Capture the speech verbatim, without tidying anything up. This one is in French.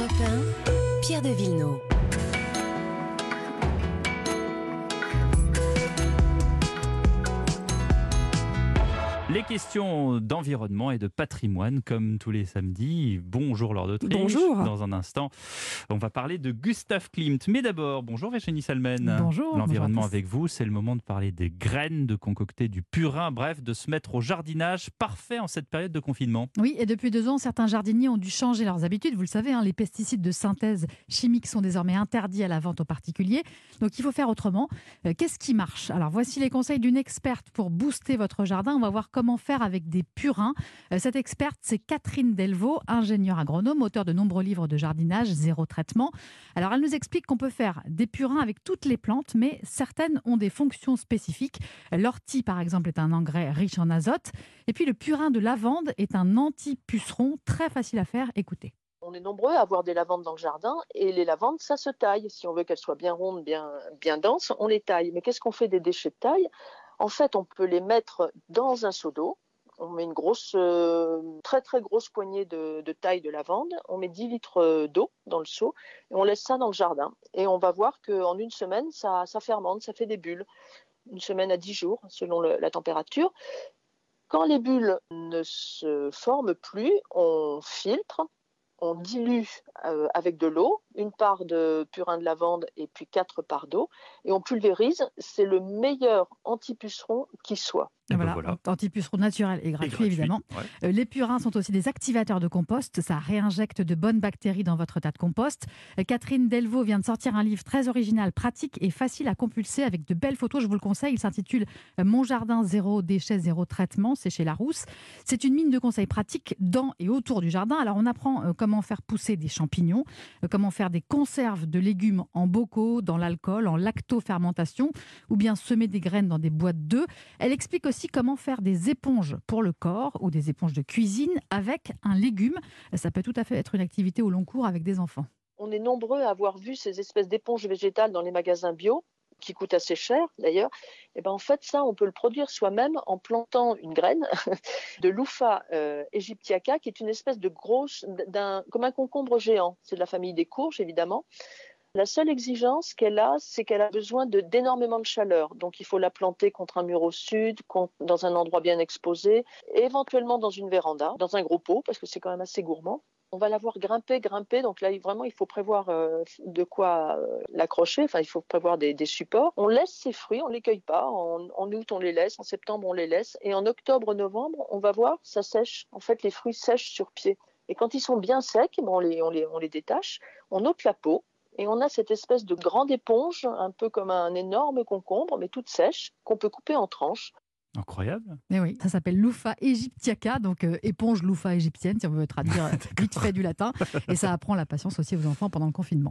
Europe un, Pierre de Villeneuve. Les questions d'environnement et de patrimoine, comme tous les samedis. Bonjour Laure d'Autriche. Bonjour. Dans un instant, on va parler de Gustav Klimt. Mais d'abord, bonjour Virginie Salmen. Bonjour. L'environnement bonjour avec vous, c'est le moment de parler des graines, de concocter du purin, bref, de se mettre au jardinage, parfait en cette période de confinement. Oui, et depuis deux ans, certains jardiniers ont dû changer leurs habitudes. Vous le savez, hein, les pesticides de synthèse chimique sont désormais interdits à la vente aux particuliers. Donc il faut faire autrement. Euh, qu'est-ce qui marche ? Alors voici les conseils d'une experte pour booster votre jardin. On va voir comment faire avec des purins. Euh, cette experte, c'est Catherine Delvaux, ingénieure agronome, auteure de nombreux livres de jardinage, zéro traitement. Alors elle nous explique qu'on peut faire des purins avec toutes les plantes, mais certaines ont des fonctions spécifiques. L'ortie, par exemple, est un engrais riche en azote. Et puis le purin de lavande est un anti-puceron, très facile à faire. Écoutez. On est nombreux à avoir des lavandes dans le jardin et les lavandes, ça se taille. Si on veut qu'elles soient bien rondes, bien, bien denses, on les taille. Mais qu'est-ce qu'on fait des déchets de taille ? En fait, on peut les mettre dans un seau d'eau. On met une grosse, euh, très très grosse poignée de, de taille de lavande. On met dix litres d'eau dans le seau et on laisse ça dans le jardin. Et on va voir qu'en une semaine, ça, ça fermente, ça fait des bulles. Une semaine à dix jours, selon le, la température. Quand les bulles ne se forment plus, on filtre. On dilue euh, avec de l'eau, une part de purin de lavande et puis quatre parts d'eau, et on pulvérise. C'est le meilleur anti-puceron qui soit. Et Voilà, ben voilà. Anti-puceron naturel et gratuit, Et gratuit, évidemment. ouais. Euh, Les purins sont aussi des activateurs de compost. Ça réinjecte de bonnes bactéries dans votre tas de compost. Euh, Catherine Delvaux vient de sortir un livre très original, pratique et facile à compulser avec de belles photos. Je vous le conseille. Il s'intitule euh, Mon jardin zéro déchet, zéro traitement. C'est chez Larousse. C'est une mine de conseils pratiques dans et autour du jardin. Alors, on apprend euh, comment faire pousser des champignons, euh, comment faire des conserves de légumes en bocaux, dans l'alcool, en lactofermentation, ou bien semer des graines dans des boîtes d'œufs. Elle explique aussi comment faire des éponges pour le corps ou des éponges de cuisine avec un légume. Ça peut tout à fait être une activité au long cours avec des enfants. On est nombreux à avoir vu ces espèces d'éponges végétales dans les magasins bio, qui coûtent assez cher d'ailleurs. Et ben en fait, ça, on peut le produire soi-même en plantant une graine de Loupha euh, aegyptiaca, qui est une espèce de grosse, d'un, comme un concombre géant. C'est de la famille des courges, évidemment. La seule exigence qu'elle a, c'est qu'elle a besoin de, d'énormément de chaleur. Donc, il faut la planter contre un mur au sud, contre, dans un endroit bien exposé, et éventuellement dans une véranda, dans un gros pot, parce que c'est quand même assez gourmand. On va la voir grimper, grimper. Donc là, vraiment, il faut prévoir euh, de quoi euh, l'accrocher. Enfin, il faut prévoir des, des supports. On laisse ces fruits, on ne les cueille pas. En, en août, on les laisse. En septembre, on les laisse. Et en octobre, novembre, on va voir, ça sèche. En fait, les fruits sèchent sur pied. Et quand ils sont bien secs, bon, on, les, on, les, on les détache. On ôte la peau. Et on a cette espèce de grande éponge, un peu comme un énorme concombre, mais toute sèche, qu'on peut couper en tranches. Incroyable. Mais oui, ça s'appelle Loupha aegyptiaca, donc euh, éponge Loupha égyptienne, si on veut traduire vite fait du latin. Et ça apprend la patience aussi aux enfants pendant le confinement.